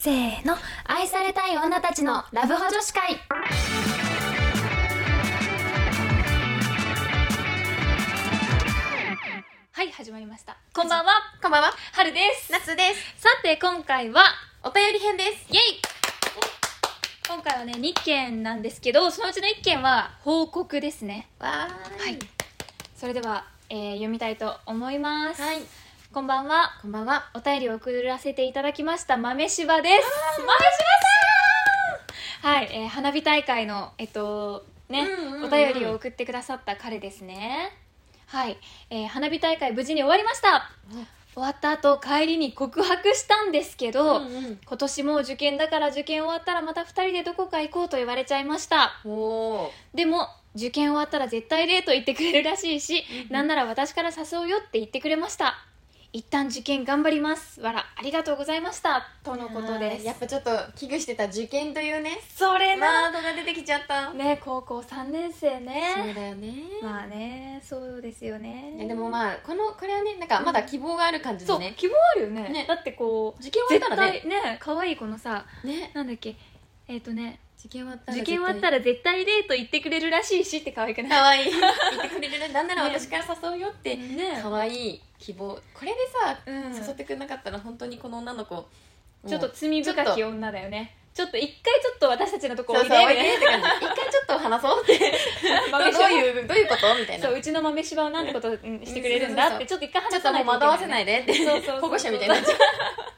せーの、愛されたい女たちのラブホ女子会。はい、始まりました。こんばんは。 こんばんは。 春です。 夏です。 さて今回はお便り編です。 イエイ。今回はね2件なんですけど、そのうちの1件は報告ですね。 わーい。 はい。それでは、読みたいと思います。 はい。 こんばんは。 こんばんは。 お便りを送らせていただきました豆柴です。豆柴さん。はい、花火大会のお便りを送ってくださった彼ですね。はい、花火大会無事に終わりました。終わった後帰りに告白したんですけど、今年も受験だから受験終わったらまた2人でどこか行こうと言われちゃいました。でも受験終わったら絶対デート行ってくれるらしいし、なんなら私から誘うよって言ってくれました。一旦受験頑張ります。わら、ありがとうございましたとのことです。 やっぱちょっと危惧してた受験というね、 それなワードが出てきちゃったね。高校3年生ね。 そうだよね。 まあね、そうですよね。 でもまあこれはね、なんかまだ希望がある感じのね、 そう希望あるよね。だってこう受験終わったらね、 絶対ね、可愛い子のさ、なんだっけ、受験終わったら絶対デート行ってくれるらしいしって可愛くない？ 可愛い言ってくれる。なんなら私から誘うよって可愛い希望。これでさ、誘ってくれなかったら本当にこの女の子ちょっと罪深き女だよね。ちょっと一回ちょっと私たちのとこおいでみたいな。一回ちょっと話そうってどういうことみたいな。 そう、うちの豆柴をなんてことしてくれるんだってちょっと一回話さないといけない、ね、 ちょっともう惑わせないでって保護者みたいになっちゃう。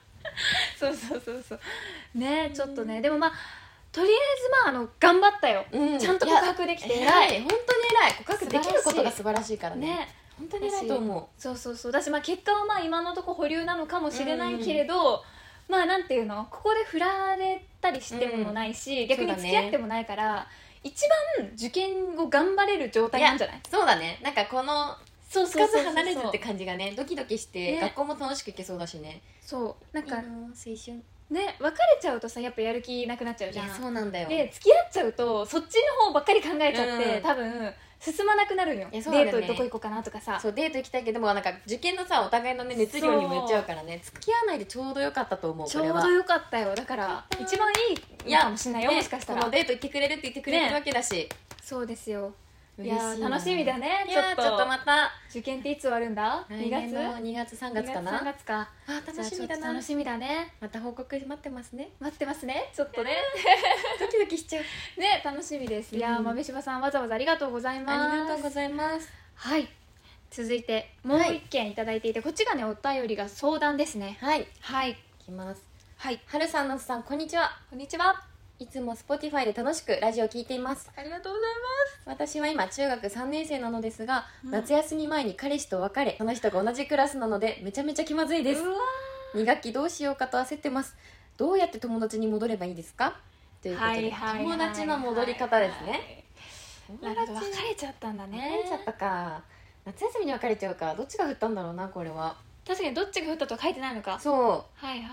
そうね。ちょっとね、でもまあとりあえず頑張ったよ、ちゃんと告白できて偉い。本当に偉い。告白できることが素晴らしいからね。本当に偉いと思う。 そうだし、結果はまあ今のところ保留なのかもしれないけれど、まあなんていうの、ここで振られたりしてもないし、逆に付き合ってもないから、一番受験を頑張れる状態なんじゃない？ そうだね。なんかこのつかず離れずって感じがね、ドキドキして学校も楽しくいけそうだしね。 そうなんか青春ね、別れちゃうとさ、やっぱやる気なくなっちゃうじゃん。 そうなんだよ。 で付き合っちゃうとそっちの方ばっかり考えちゃって、多分進まなくなるんよ。デートどこ行こうかなとかさ。 そう、デート行きたいけども、なんか受験のさ、お互いのね熱量にもよっちゃうからね、付き合わないでちょうどよかったと思う。 ちょうどよかったよ。だから一番いいかもしれないよ、もしかしたら。 このデート行ってくれるって言ってくれてるわけだし。 そうですよ。いや楽しみだね。 ちょっとまた受験っていつ終わるんだ？2月 ？2月3月かな。 3月か。 楽しみだな。 楽しみだね。 また報告待ってますね。 待ってますね。ちょっとねドキドキしちゃうね。楽しみです。いや豆柴さんわざわざありがとうございます。 ありがとうございます。 はい、続いてもう一件いただいていて、こっちがねお便りが相談ですね。はいいきます。 はい、 はるさん、なつさん、こんにちは。 こんにちは。 いつも Spotify で楽しくラジオを聞いています。 ありがとうございます。私は今中学3年生なのですが、夏休み前に彼氏と別れ、その人が同じクラスなのでめちゃめちゃ気まずいです。2学期どうしようかと焦ってます。どうやって友達に戻ればいいですか？ということで、友達の戻り方ですね。 なるほど、別れちゃったんだね。 別れちゃったか。夏休みに別れちゃうか。どっちが振ったんだろうな、これは。 確かにどっちが振ったとは書いてないのか。 そう、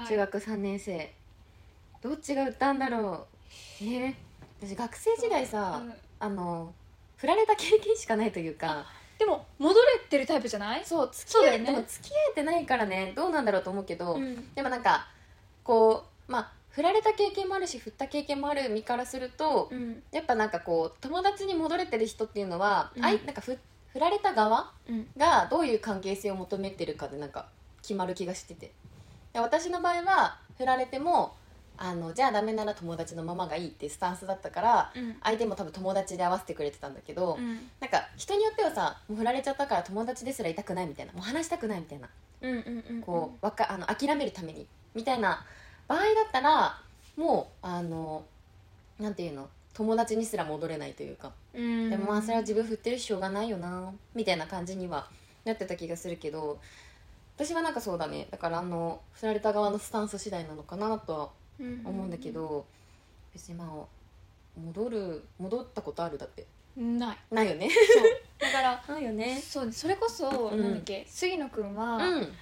中学3年生どっちが振ったんだろう。私学生時代さ、振られた経験しかないというか。 でも戻れてるタイプじゃない？ そう、でも付き合えてないからね、どうなんだろうと思うけど、でもなんかこう振られた経験もあるし振った経験もある身からすると、やっぱなんかこう友達に戻れてる人っていうのは、なんか振られた側がどういう関係性を求めてるかでなんか決まる気がしてて、私の場合は振られてもじゃあダメなら友達のままがいいっていうスタンスだったから、相手も多分友達で合わせてくれてたんだけど、なんか人によってはさ、もう振られちゃったから友達ですらいたくないみたいな、もう話したくないみたいな、こう諦めるためにみたいな場合だったら、もうなんていうの、友達にすら戻れないというか、でもそれは自分振ってるししょうがないよなみたいな感じにはなってた気がするけど、私はなんかそうだね、だから振られた側のスタンス次第なのかなとは思うんだけど、別に戻ったことある？だってないよね。 そうだからないよね。 そう、それこそ、なんだっけ、杉野くんは、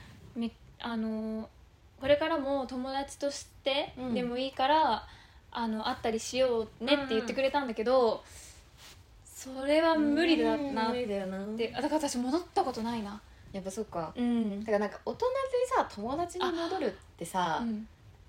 これからも友達としてでもいいから、会ったりしようねって言ってくれたんだけど、それは無理だなって。だから私戻ったことないな。 やっぱそっか。だからなんか大人でさ、友達に戻るってさ、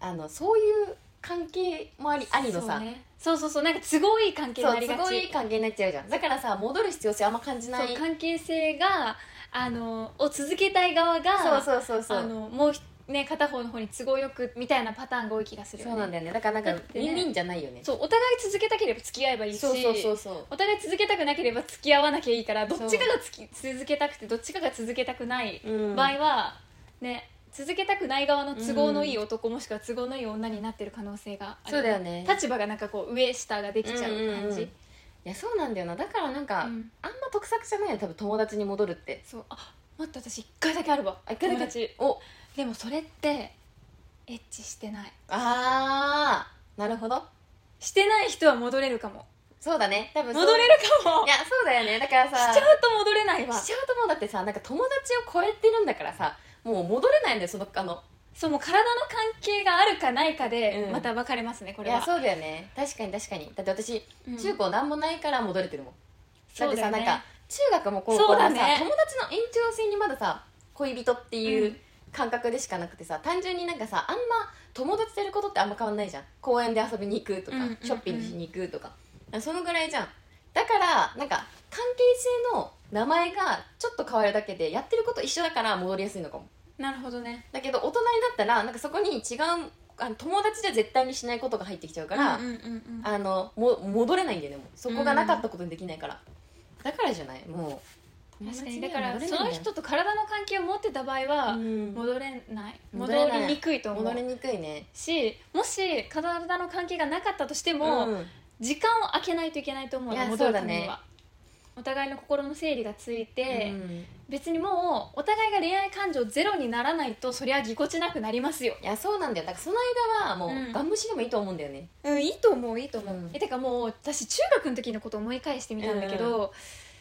そういう関係もありのさ、 そうそうそうなんか都合いい関係になりがち、 都合いい関係になっちゃうじゃん。だからさ戻る必要性あんま感じない。 そう関係性がを続けたい側がもうね片方の方に都合よくみたいなパターンが多い気がするよね。 そうなんだよね。だからなんかウィンウィンじゃないよね。 そうお互い続けたければ付き合えばいいし、お互い続けたくなければ付き合わなきゃいいから、どっちかが続けたくてどっちかが続けたくない場合は、ね続けたくない側の都合のいい男、もしくは都合のいい女になってる可能性がある。 そうだよね。 立場がなんかこう上下ができちゃう感じ、 いやそうなんだよな。だからなんか、あんま得策じゃないよ多分友達に戻るって。 そう待って私1回だけあるわ。友達でもそれってエッチしてない。 なるほど。 してない人は戻れるかも。 そうだね多分戻れるかも。 いやそうだよね。だからさしちゃうと戻れないわ。 しちゃうともうだってさなんか友達を超えてるんだからさもう戻れないんだよ。 そうもう体の関係があるかないかでまた分かれますね、これは。 いやそうだよね。確かにだって私、中高なんもないから戻れてるもん。だってさ、なんか中学も高校はさ、友達の延長線にまださ恋人っていう感覚でしかなくてさ、単純になんかさあんま友達とやることってあんま変わんないじゃん。公園で遊びに行くとか、ショッピングしに行くとか、そのぐらいじゃん。だからなんか関係性の名前がちょっと変わるだけでやってること一緒だから戻りやすいのかも。 なるほどね。 だけど大人になったらなんかそこに違う友達じゃ絶対にしないことが入ってきちゃうから、戻れないんだよね。もうそこがなかったことにできないから、だからじゃないもう。 確かにだからその人と体の関係を持ってた場合は戻れない、戻りにくいと思う。 戻りにくいね。 しもし体の関係がなかったとしても、時間を空けないといけないと思うの。戻るためにはお互いの心の整理がついて、別にもうお互いが恋愛感情ゼロにならないとそりゃぎこちなくなりますよ。 いやそうなんだよ。だからその間はもうガン無視でもいいと思うんだよね。 いいと思ういいと思う。てかもう私中学の時のこと思い返してみたんだけど、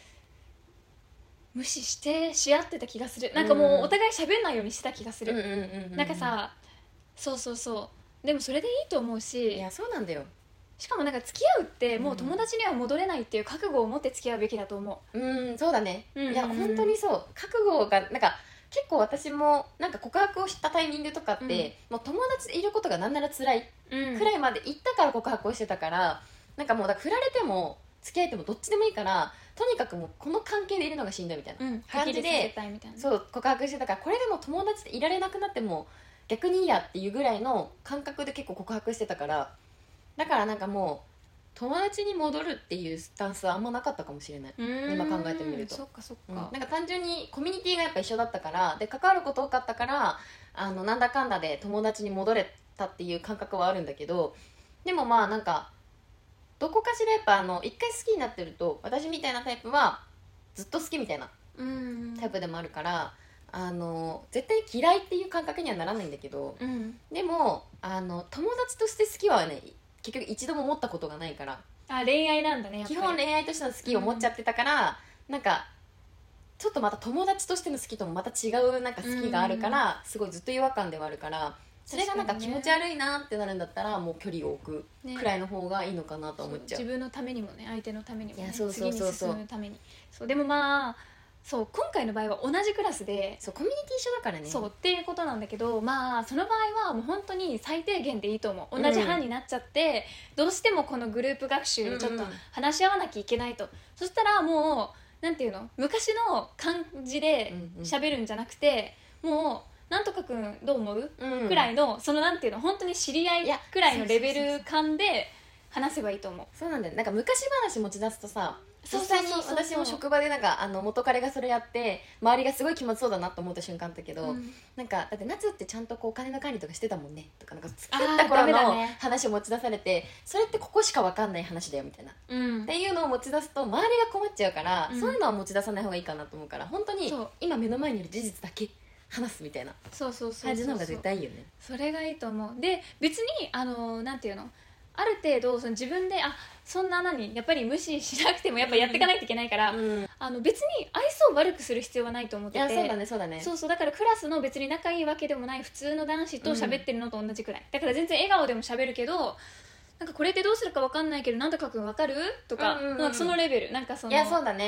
無視してし合ってた気がする。なんかもうお互い喋んないようにしてた気がする。なんかさそうでもそれでいいと思うし。 いやそうなんだよ。 しかもなんか付き合うってもう友達には戻れないっていう覚悟を持って付き合うべきだと思う。そうだね。いや本当にそう。覚悟がなんか結構私もなんか告白をしたタイミングとかって、もう友達でいることがなんなら辛いくらいまで行ったから告白をしてたから、なんかもうだから振られても付き合えてもどっちでもいいから、とにかくもうこの関係でいるのがしんどいみたいな感じで、そう告白してたから、これでも友達でいられなくなっても逆にいいやっていうぐらいの感覚で結構告白してたから、だからなんかもう友達に戻るっていうスタンスはあんまなかったかもしれない。今考えてみると。 そっかそっか。 なんか単純にコミュニティがやっぱ一緒だったからで、関わること多かったから、なんだかんだで友達に戻れたっていう感覚はあるんだけど、でもまあなんかどこかしらやっぱ一回好きになってると、私みたいなタイプはずっと好きみたいなタイプでもあるから、絶対嫌いっていう感覚にはならないんだけど、でも友達として好きはね結局一度も持ったことがないから。 恋愛なんだねやっぱり。 基本恋愛としての好きを持っちゃってたから、なんかちょっとまた友達としての好きともまた違うなんか好きがあるから、すごいずっと違和感ではあるから、それがなんか気持ち悪いなってなるんだったらもう距離を置くくらいの方がいいのかなと思っちゃう。 自分のためにもね、相手のためにもね、 次に進むために。そうでもまあ今回の場合は同じクラスで、 コミュニティ一緒だからね。 っていうことなんだけど、まあその場合はもう本当に最低限でいいと思う。同じ班になっちゃって、どうしてもこのグループ学習でちょっと話し合わなきゃいけないと、そしたらもうなんていうの、昔の感じで喋るんじゃなくて、もうなんとかくんどう思う、くらいの、そのなんていうの、本当に知り合いくらいのレベル感で話せばいいと思う。 そうなんだよ。なんか昔話持ち出すとさ、実際に私も職場でなんか元彼がそれやって周りがすごい気持ちそうだなと思った瞬間だったけど、なんかだって夏ってちゃんとこうお金の管理とかしてたもんねとか、なんか付き合った頃の話を持ち出されて、それってここしか分かんない話だよみたいな、っていうのを持ち出すと周りが困っちゃうから、そういうのは持ち出さない方がいいかなと思うから、本当に今目の前にいる事実だけ話すみたいな感じの方が絶対いいよね。 それがいいと思う。で別になんていうの、ある程度自分でそんなやっぱり無視しなくてもやっぱやっていかないといけないから、別に愛想を悪くする必要はないと思ってて。 そうだねそうだね。 そうだからクラスの別に仲いいわけでもない普通の男子と喋ってるのと同じくらい、だから全然笑顔でも喋るけど、なんかこれってどうするか分かんないけどなんとかくん分かるとか、そのレベル。なんかいやそうだね。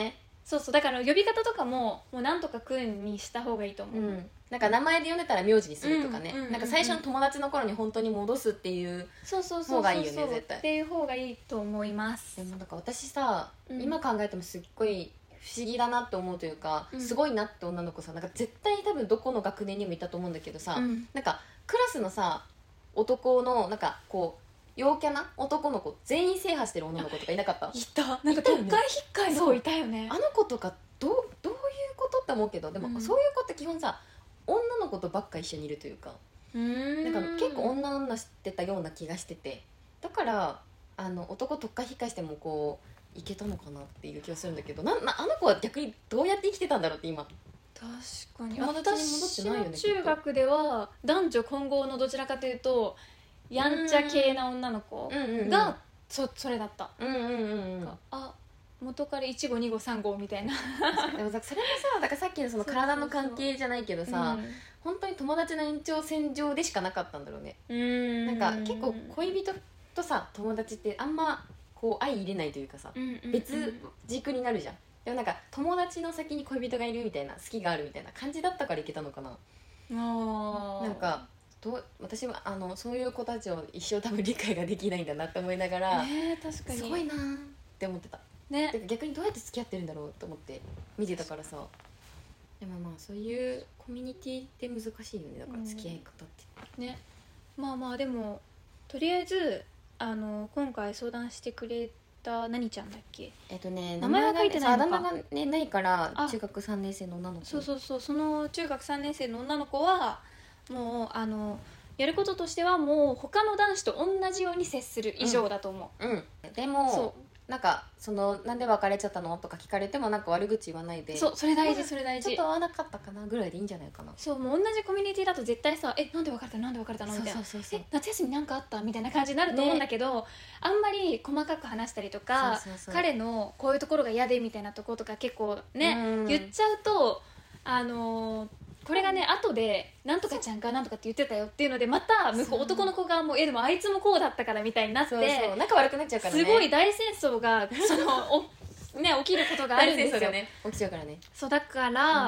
そうそう、だから呼び方とかももうなんとかくんにした方がいいと思う、 なんか名前で呼んでたら名字にするとかね、 うんなんか最初の友達の頃に本当に戻すっていう方がいいよね、絶対っていう方がいいと思います。 でもなんか私さ、今考えてもすっごい不思議だなって思うというか、すごいなって女の子さ、なんか絶対多分どこの学年にもいたと思うんだけどさ、なんかクラスのさ男のなんかこう陽キャな男の子全員制覇してる女の子とかいなかった？ いた、なんか特会引っかいの子いたよね。 あの子とかどういうことって思うけど、でもそういう子って基本さ女の子とばっか一緒にいるというか、なんか結構女してたような気がしてて、だから男特会引っかいしてもこういけたのかなっていう気がするんだけど、あの子は逆にどうやって生きてたんだろうって今。 確かに友達に戻ってないよね。 私の中学では男女混合のどちらかというとやんちゃ系な女の子がそれだった。あ、元彼1号2号3号みたいなでもそれもさ、だからさっきのその体の関係じゃないけどさ、本当に友達の延長線上でしかなかったんだろうね。なんか結構恋人とさ友達ってあんまこう相入れないというかさ、別軸になるじゃん。でもなんか友達の先に恋人がいるみたいな、好きがあるみたいな感じだったからいけたのかな。なんか私はそういう子たちを一生多分理解ができないんだなって思いながら、 確かにすごいなって思ってた、 ね、 で逆にどうやって付き合ってるんだろうと思って見てたからさ。でもまあそういうコミュニティって難しいよね、だから付き合い方って、 ね。まあまあでもとりあえず今回相談してくれた何ちゃんだっけ、 名前は書いてないのか、あだ名が、ね、ないから中学3年生の女の子、 その中学3年生の女の子はもうやることとしてはもう他の男子と同じように接する以上だと思う、 でもなんかなんで別れちゃったのとか聞かれてもなんか悪口言わないで、 それ大事、それ大事。 ちょっと合わなかったかなぐらいでいいんじゃないかな。 そう、もう同じコミュニティだと絶対さ、なんで別れたのなんで別れたのみたいな、夏休みなんかあったみたいな感じになると思うんだけど、あんまり細かく話したりとか、彼のこういうところが嫌でみたいなところとか結構ね、言っちゃうとこれがね後でなんとかちゃんかなんとかって言ってたよっていうのでまた向こう男の子がもうでもあいつもこうだったからみたいになって仲悪くなっちゃうからね、 すごい大戦争が起きることがあるんですよ。 起きちゃうからね。 そうだから、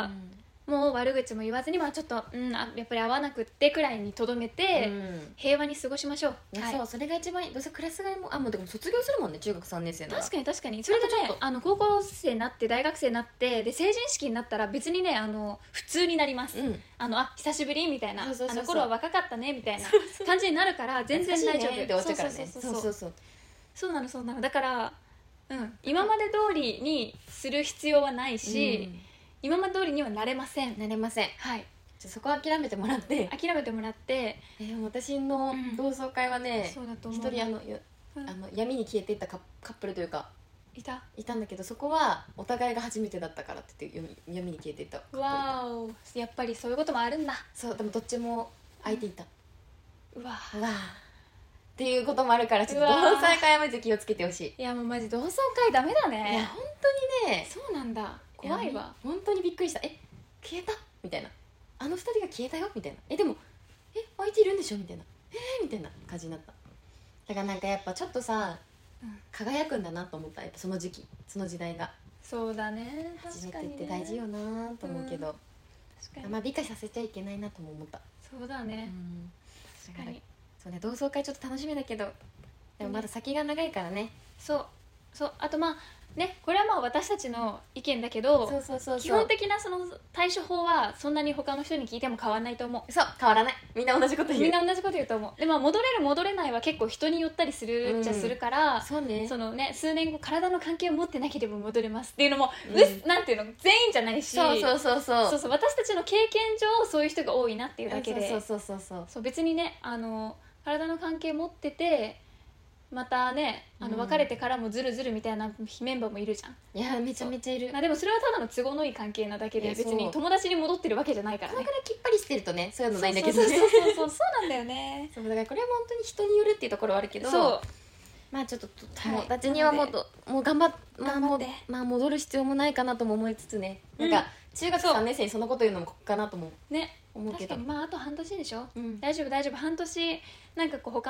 もう悪口も言わずに、ちょっと、やっぱり合わなくってくらいにとどめて、平和に過ごしましょう。 そう、それが一番いい。どうせクラス替えももうでも卒業するもんね、中学3年生なら。 確かにそれでね、高校生になって大学生になってで成人式になったら別にね普通になります、久しぶりみたいな、あの頃は若かったねみたいな感じになるから全然大丈夫。そうなのだから、今まで通りにする必要はないし、今まで通りにはなれません。はい。 そこは諦めてもらって。私の同窓会はね、一人闇に消えていったカップルというかいたんだけど、そこはお互いが初めてだったからって言って闇に消えていったカップル。 わー、やっぱりそういうこともあるんだ。 そう、でもどっちも相手いた。 うわっていうこともあるから、ちょっと同窓会はマジで気をつけてほしい。 いやもうマジ同窓会ダメだね。 いや本当にね、 そうなんだ、怖いわ。 本当にびっくりした。消えたみたいな、あの二人が消えたよみたいな、でも相手いるんでしょみたいな、みたいな感じになった。だからなんかやっぱちょっとさ、輝くんだなと思った。やっぱその時期その時代が。 そうだね、 初めてって大事よなと思うけど、美化させちゃいけないなとも思った。 そうだね、確かに。 そうね、同窓会ちょっと楽しみだけど、でもまだ先が長いからね。 そうあとこれは私たちの意見だけど、基本的なその対処法はそんなに他の人に聞いても変わらないと思う。 そう、変わらない。みんな同じこと言うと思う。で戻れる戻れないは結構人によったりするっちゃするから、 そうね、 数年後体の関係を持ってなければ戻れますっていうのも、なんていうの、全員じゃないし、そう私たちの経験上そういう人が多いなっていうだけで、そう別にね体の関係持っててまたね別れてからもズルズルみたいなメンバーもいるじゃん。 いやめちゃめちゃいる。 でもそれはただの都合のいい関係なだけで、別に友達に戻ってるわけじゃないからね。 これからきっぱりしてるとね、そういうのないんだけどね。 そうなんだよね。 そうだからこれは本当に人によるっていうところはあるけど、ちょっと友達にはもう頑張って戻る必要もないかなとも思いつつね、なんか中学3年生にそのこと言うのもこっかなとも思うけど、 確かにあと半年でしょ、大丈夫半年なんか他の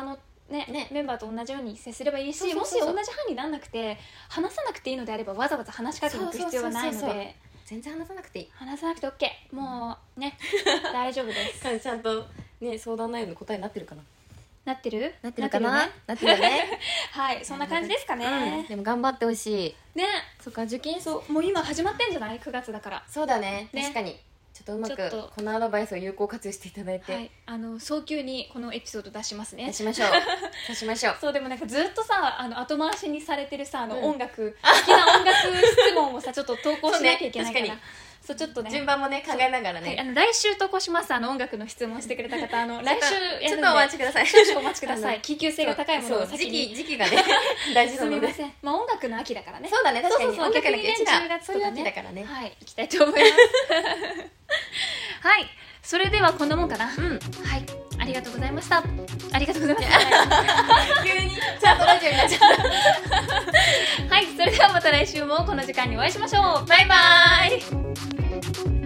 ねメンバーと同じように接すればいいし、もし同じ班になんなくて話さなくていいのであればわざわざ話しかけに行く必要はないので、 全然話さなくていい、 話さなくて OK、 もうね大丈夫ですちゃんとね相談内容の答えになってるかな、 なってるかな、なってるよねはい、そんな感じですかね、 でも頑張ってほしいね。 そっか、受験そう、もう今始まってんじゃない？ 9 月だから。 そうだね、確かにちょっとうまくこのアドバイスを有効活用していただいて、 はい、早急にこのエピソード出しますね。 出しましょう出しましょうそう、でもなんかずっとさ後回しにされてるさ音楽、好きな音楽質問をさちょっと投稿しなきゃいけないから、そうちょっとね順番もね考えながらね、 はい、来週投稿します。音楽の質問してくれた方来週ちょっとお待ちください、 少々お待ちください。緊急性が高いものを先に、 時期がね大事なので、 すみません、まあ音楽の秋だからね。 そうだね、確かに音楽の秋、 10月そういう秋だからね、 はい、行きたいと思いますはい、それではこんなもんかな。はい、ありがとうございました。ありがとうございました急にちゃんとラジオになっちゃったはい、それではまた来週もこの時間にお会いしましょう。バイバーイ。